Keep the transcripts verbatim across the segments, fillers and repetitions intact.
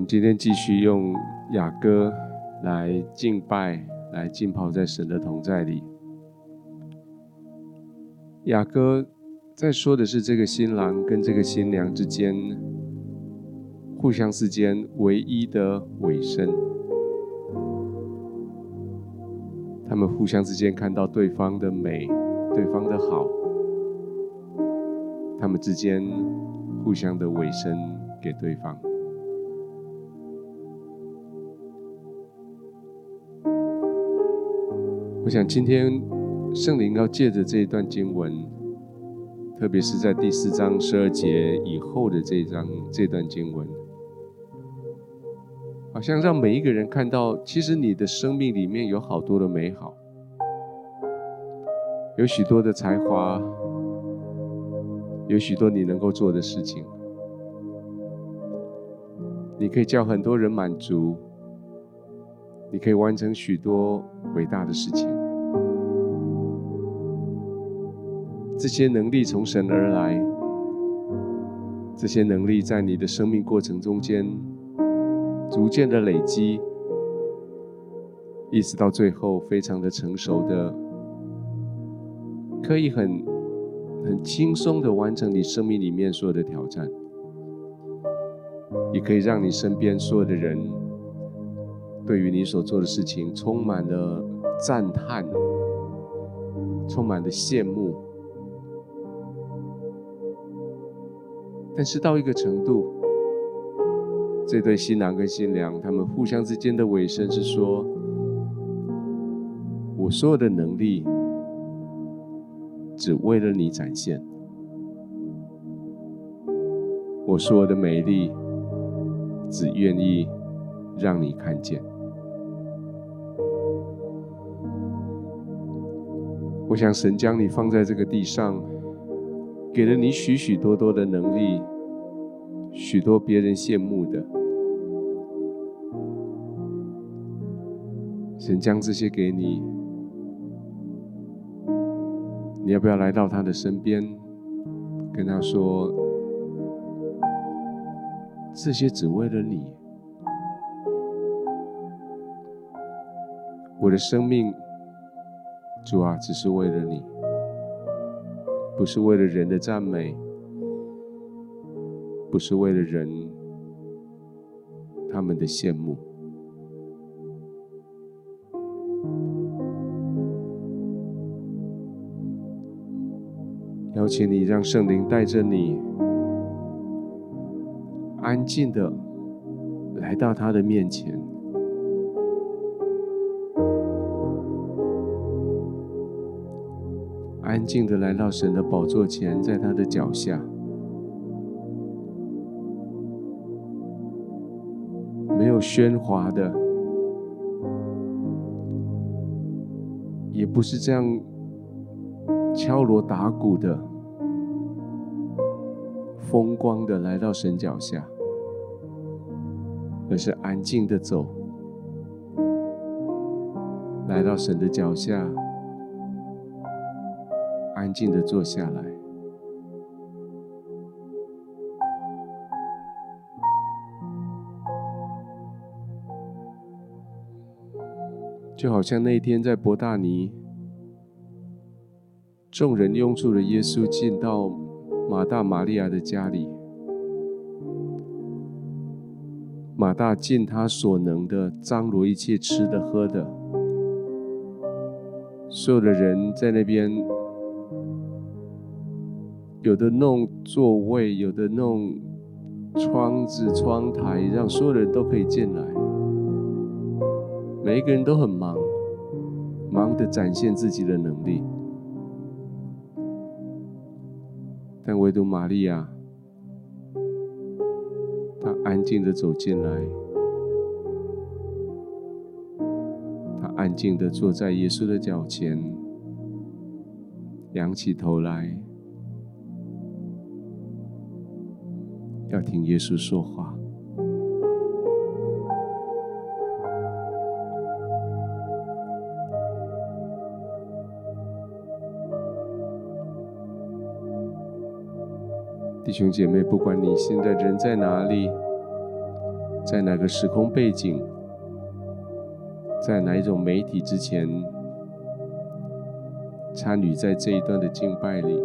今天继续用雅歌来敬拜，来浸泡在神的同在里。雅歌在说的是这个新郎跟这个新娘之间互相之间唯一的委身，他们互相之间看到对方的美，对方的好，他们之间互相的委身给对方。我想今天圣灵要借着这一段经文，特别是在第四章十二节以后的这一章这段经文，好像让每一个人看到，其实你的生命里面有好多的美好，有许多的才华，有许多你能够做的事情，你可以叫很多人满足，你可以完成许多伟大的事情。这些能力从神而来，这些能力在你的生命过程中间逐渐的累积，一直到最后非常的成熟的，可以很很轻松的完成你生命里面所有的挑战，也可以让你身边所有的人对于你所做的事情充满了赞叹，充满了羡慕。但是到一个程度，这对新郎跟新娘他们互相之间的委身是说，我所有的能力只为了你展现，我所有的美丽只愿意让你看见。我想神将你放在这个地上，给了你许许多多的能力，许多别人羡慕的，神将这些给你，你要不要来到他的身边，跟他说，这些只为了你，我的生命，主啊，只是为了你，不是为了人的赞美，不是为了人他们的羡慕。邀请你让圣灵带着你，安静的来到他的面前，安静的来到神的宝座前，在他的脚下，没有喧哗的，也不是这样敲锣打鼓的，风光的来到神脚下，而是安静的走，来到神的脚下，安静的坐下来。就好像那一天在伯大尼，众人拥簇了耶稣进到马大玛利亚的家里，马大尽他所能的张罗一切吃的喝的，所有的人在那边，有的弄座位，有的弄窗子窗台，让所有的人都可以进来，每一个人都很忙，忙地展现自己的能力，但唯独玛利亚，她安静地走进来，她安静地坐在耶稣的脚前，仰起头来，要听耶稣说话。弟兄姐妹，不管你现在人在哪里， 在哪个时空背景，在哪一种媒体之前参与在这一段的敬拜里，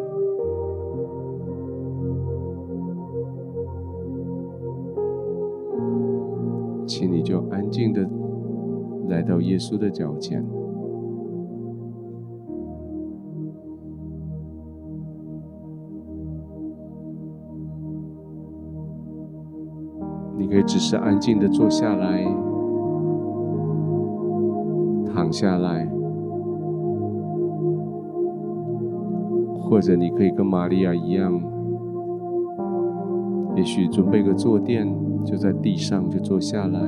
请你就安静的来到耶稣的脚前，你可以只是安静的坐下来，躺下来，或者你可以跟玛利亚一样，也许准备个坐垫，就在地上就坐下来，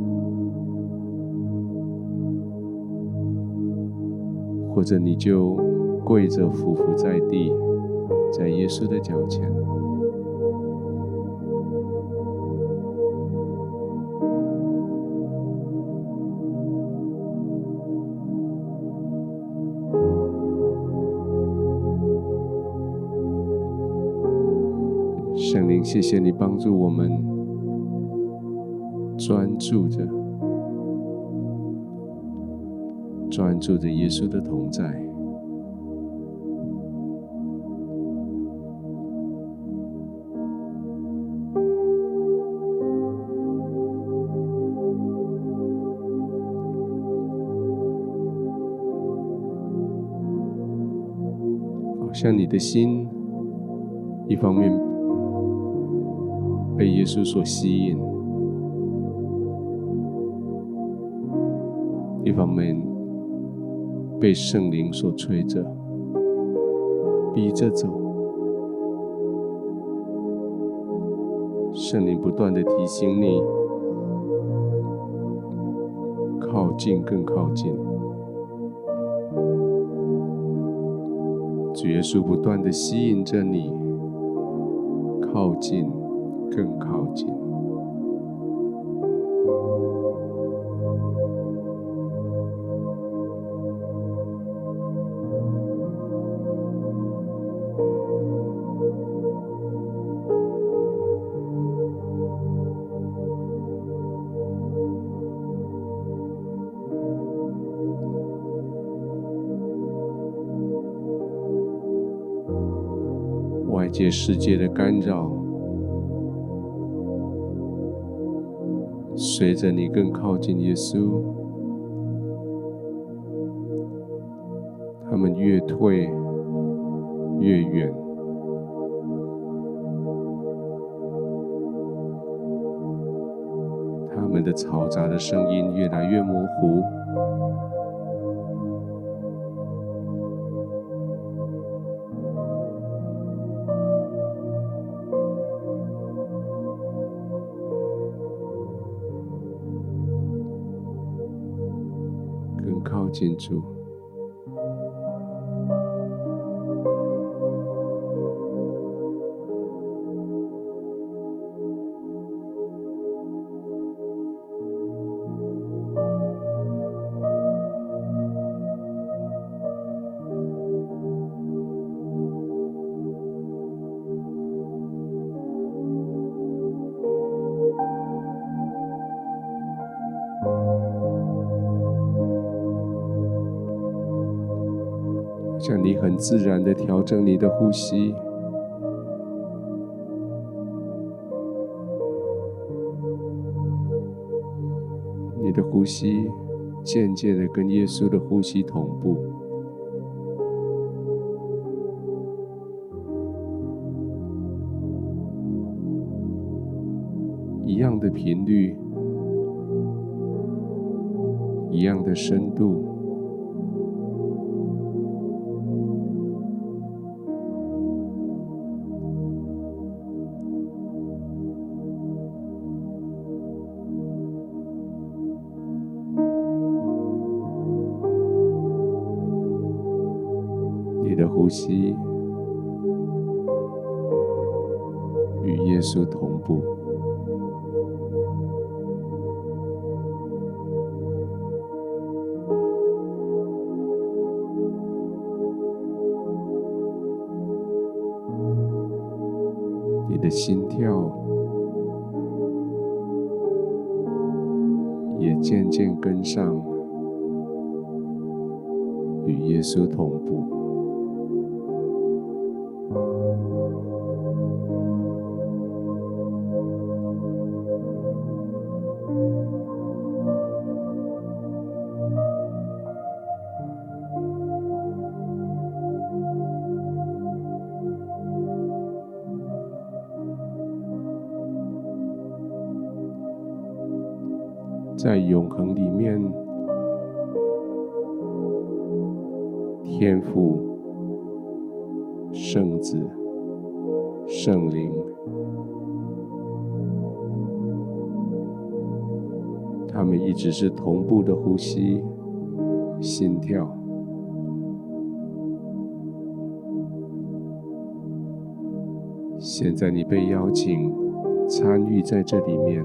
或者你就跪着匍匐在地，在耶稣的脚前。圣灵，谢谢你帮助我们专注着，专注着耶稣的同在。好像你的心一方面被耶稣所吸引，一方面被圣灵所催着，逼着走。圣灵不断地提醒你，靠近，更靠近。主耶稣不断地吸引着你，靠近，更靠近。外界世界的干扰，随着你更靠近耶稣，他们越退越远，他们的嘈杂的声音越来越模糊，更靠近主。像你很自然地调整你的呼吸，你的呼吸渐渐地跟耶稣的呼吸同步，一样的频率，一样的深度。你的呼吸与耶稣同步，你的心跳也渐渐跟上，与耶稣同步。在永恒里面，天父、圣子、圣灵，他们一直是同步的呼吸、心跳。现在你被邀请参与在这里面。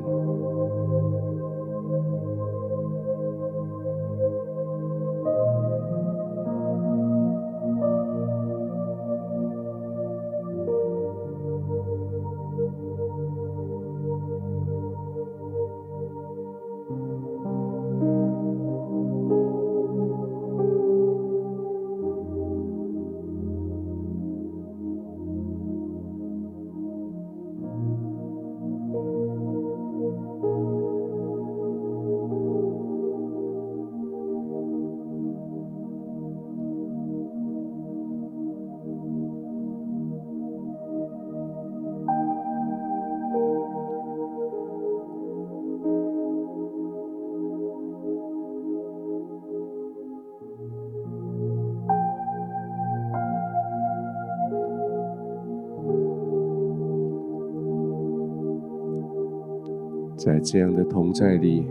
在这样的同在里，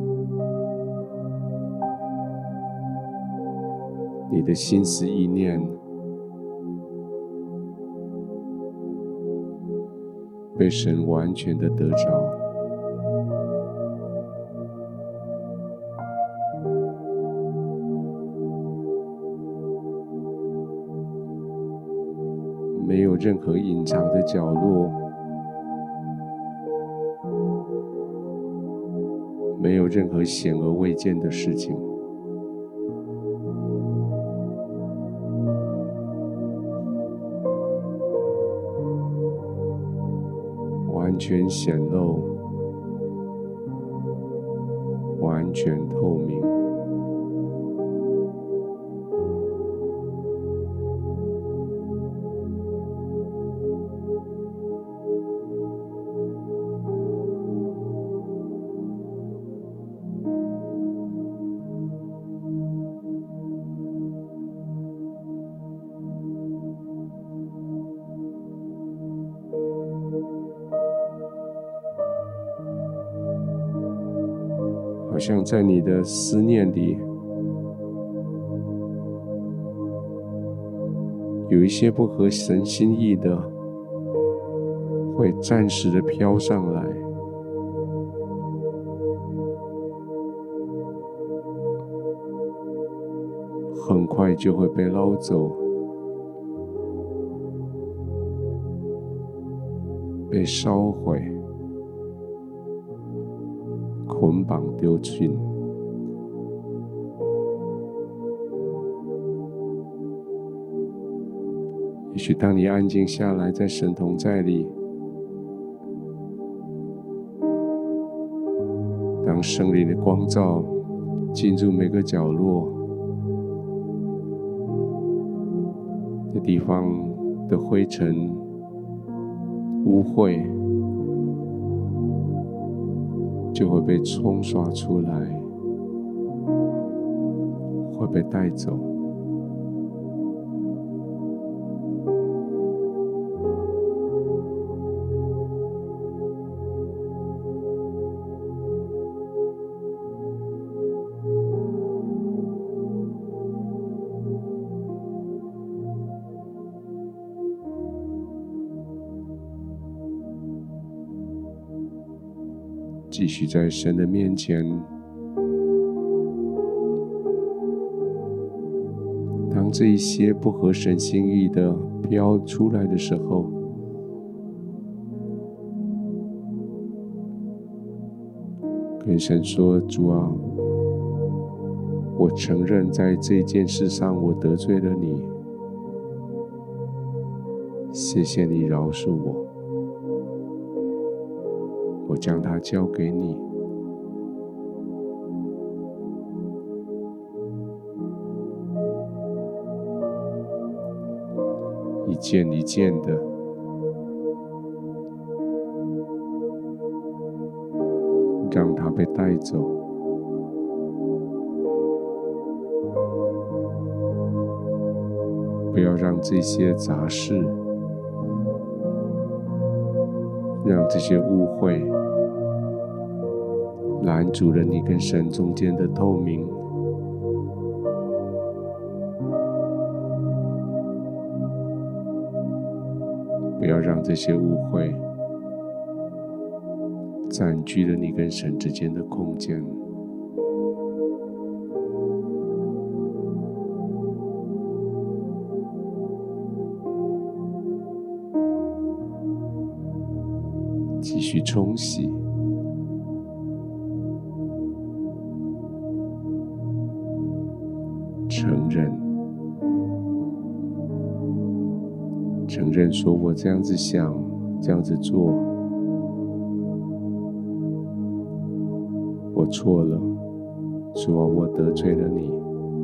你的心思意念被神完全的得着，没有任何隐藏的角落，没有任何显而未见的事情，完全显露，完全透明。好像在你的思念里，有一些不合神心意的，会暂时的飘上来，很快就会被捞走，被烧毁，捆绑丢弃。也许当你安静下来，在神同在里，当圣灵的光照进入每个角落的地方的灰尘、污秽，就会被冲刷出来，会被带走。继续在神的面前，当这一些不合神心意的飘出来的时候， 跟神说：主啊，我承认在这件事上我得罪了你，谢谢你饶恕我，我将它交给你。一件一件的，让它被带走，不要让这些杂事，让这些误会拦阻了你跟神中间的透明。不要让这些误会占据了你跟神之间的空间。继续冲洗，承认，承认说我这样子想，这样子做，我错了，主啊，我得罪了你，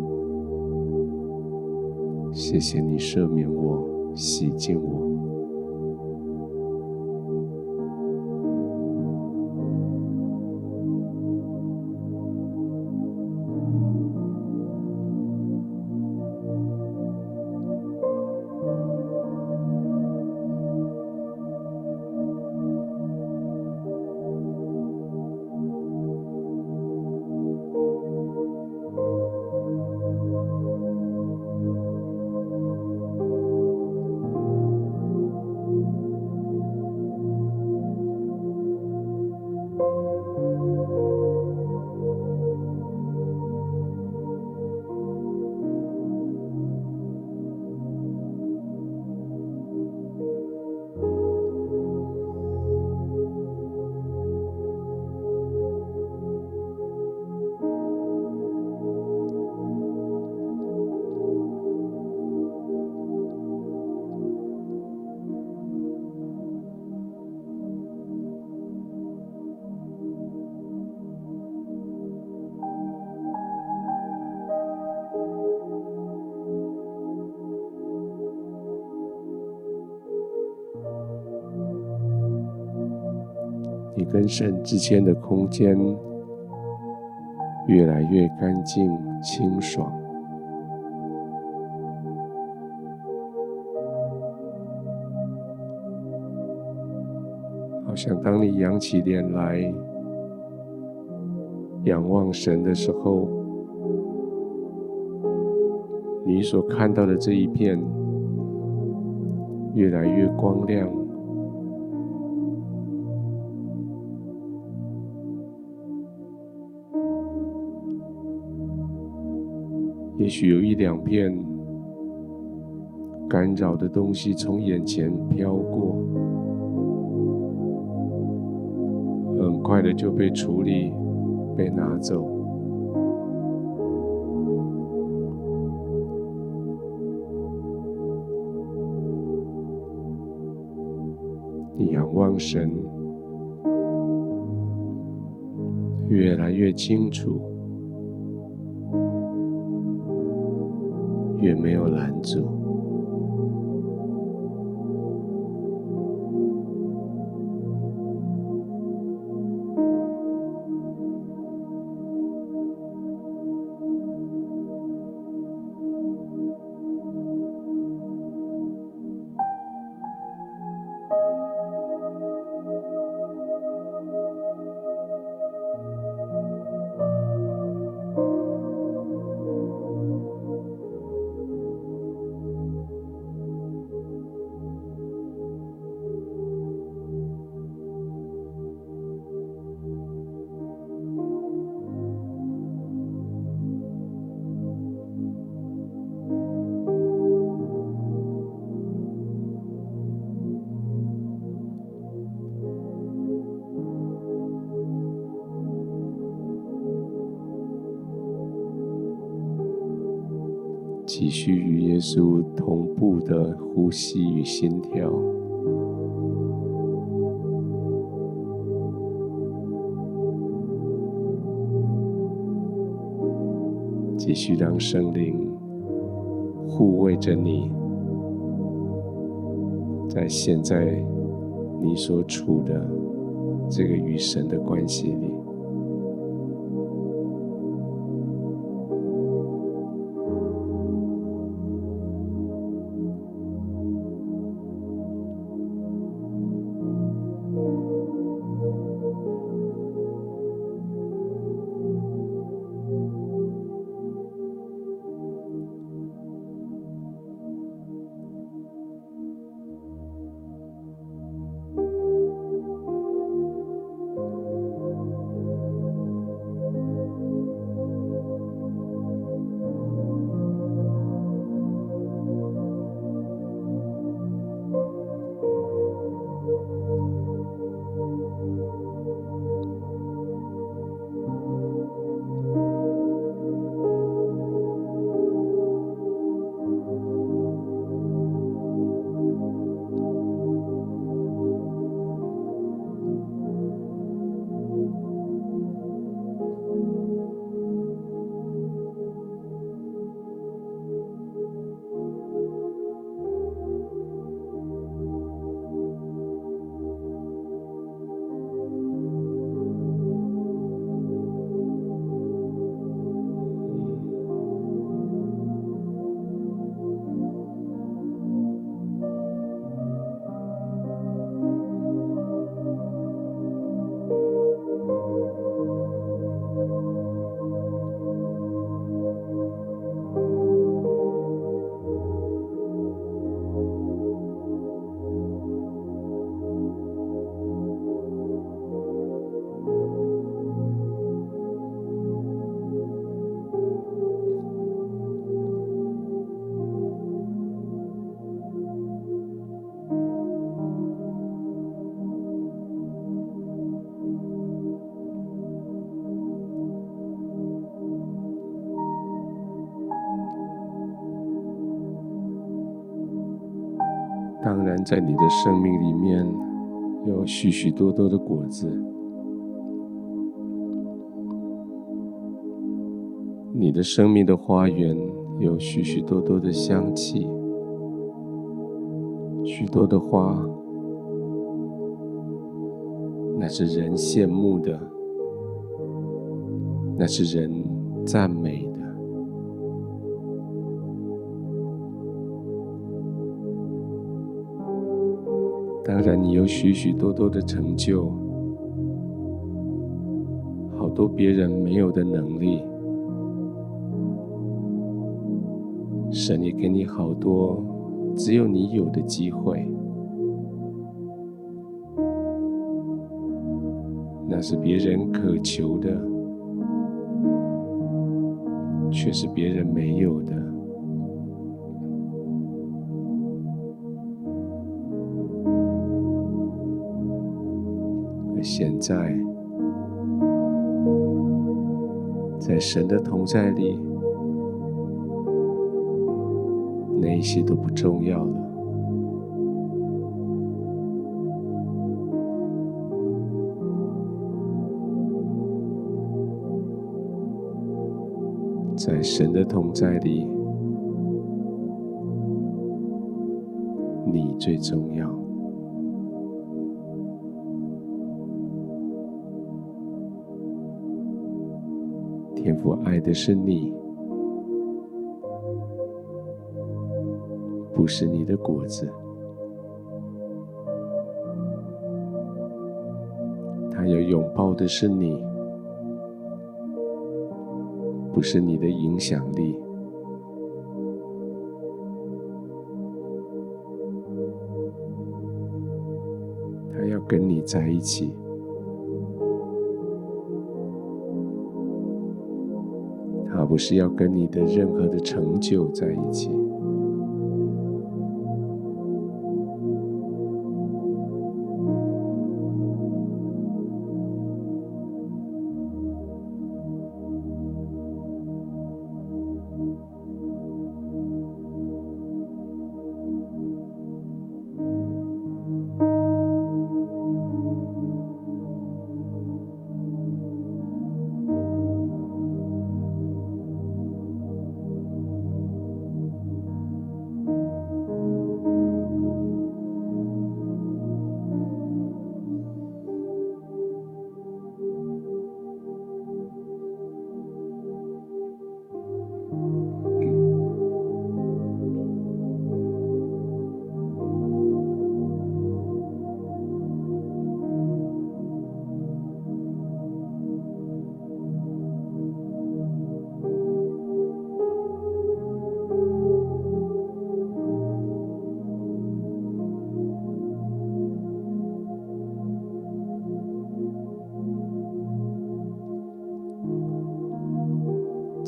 谢谢你赦免我，洗净我。你跟神之间的空间越来越干净清爽，好像当你扬起脸来仰望神的时候，你所看到的这一片越来越光亮。也许有一两片干扰的东西从眼前飘过，很快的就被处理，被拿走。你仰望神，越来越清楚，越没有拦阻。 继续与耶稣同步的呼吸与心跳，继续让圣灵护卫着你，在现在你所处的这个与神的关系里。当然，在你的生命里面有许许多多的果子，你的生命的花园有许许多多的香气，许多的花，那是人羡慕的，那是人赞美的。当然，你有许许多多的成就，好多别人没有的能力，神也给你好多只有你有的机会，那是别人渴求的，却是别人没有的。而现在，在神的同在里，那一些都不重要了。在神的同在里，你最重要。天父爱的是你，不是你的果子。他要拥抱的是你，不是你的影响力。他要跟你在一起。他不是要跟你的任何的成就在一起。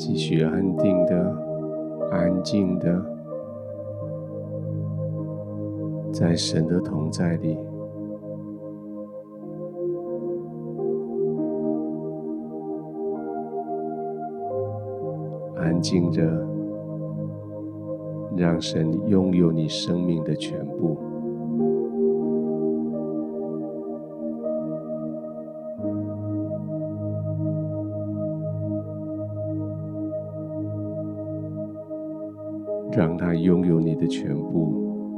继续安定的、安静的，在神的同在里，安静着，让神拥有你生命的全部。让他拥有你的全部，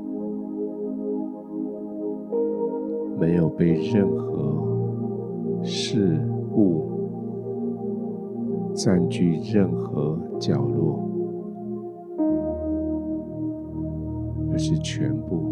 没有被任何事物占据任何角落，而是全部。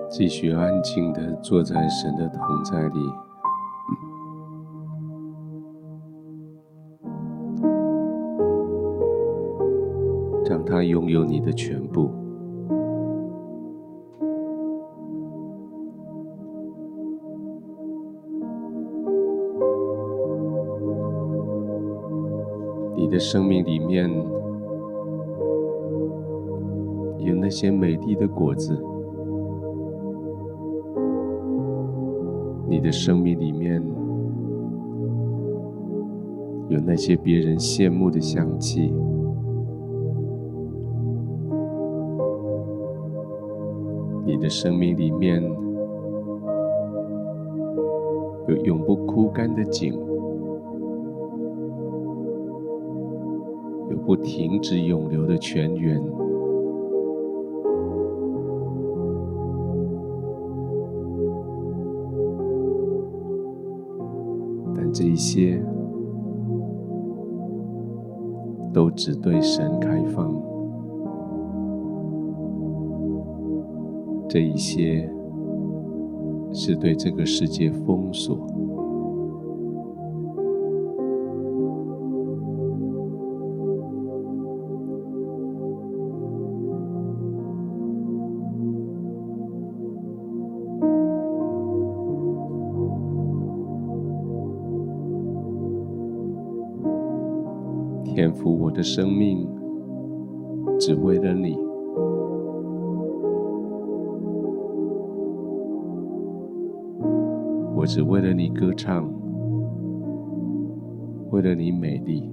继续安静地坐在神的同在里，让他拥有你的全部。你的生命里面有那些美丽的果子，你的生命里面有那些别人羡慕的香气，你的生命里面有永不枯干的井，有不停止涌流的泉源。但这一些都只对神开放，这一些是对这个世界封锁。天父，我的生命只为了你，我只为了你歌唱，为了你美丽。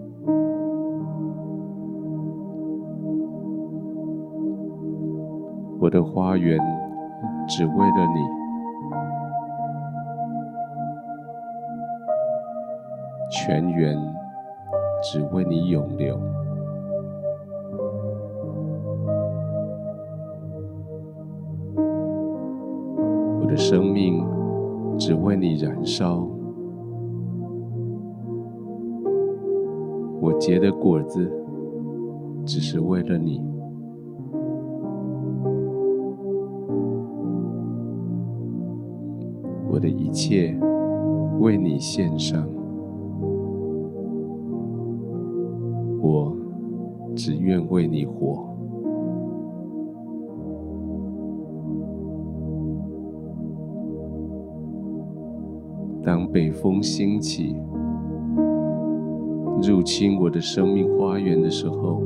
我的花园只为了你，泉源只为你涌流。我的生命只为你燃烧，我结的果子只是为了你。我的一切为你献上，我只愿为你活。当北风兴起，入侵我的生命花园的时候，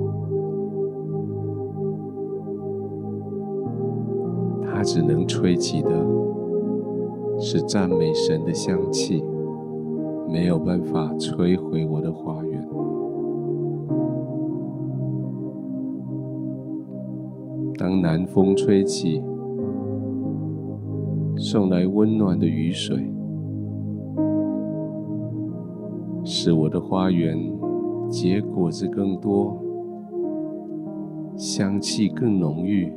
它只能吹起的是赞美神的香气，没有办法摧毁我的花园。当南风吹起，送来温暖的雨水，使我的花园结果子更多，香气更浓郁。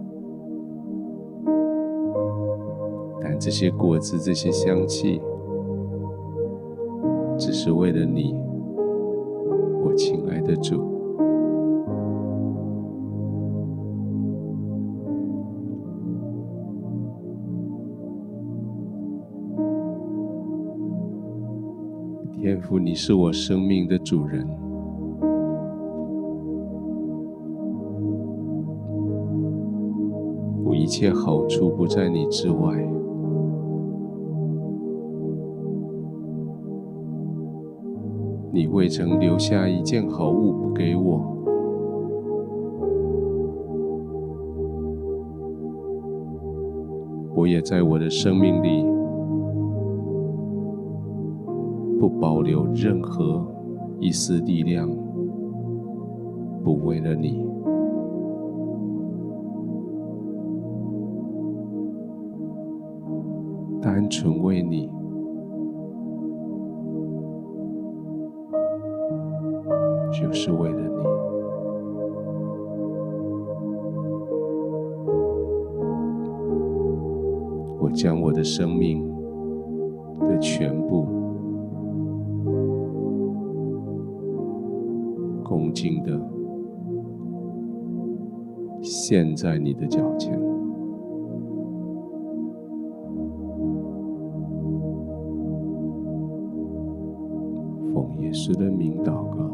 但这些果子，这些香气，只是为了你，我亲爱的主。天父，你是我生命的主人，我一切好处不在你之外。你未曾留下一件好物不给我，我也在我的生命里不保留任何一丝力量，不为了你。单纯为你，就是为了你。我将我的生命的全部恭敬的献在你的脚前。 的名祷告。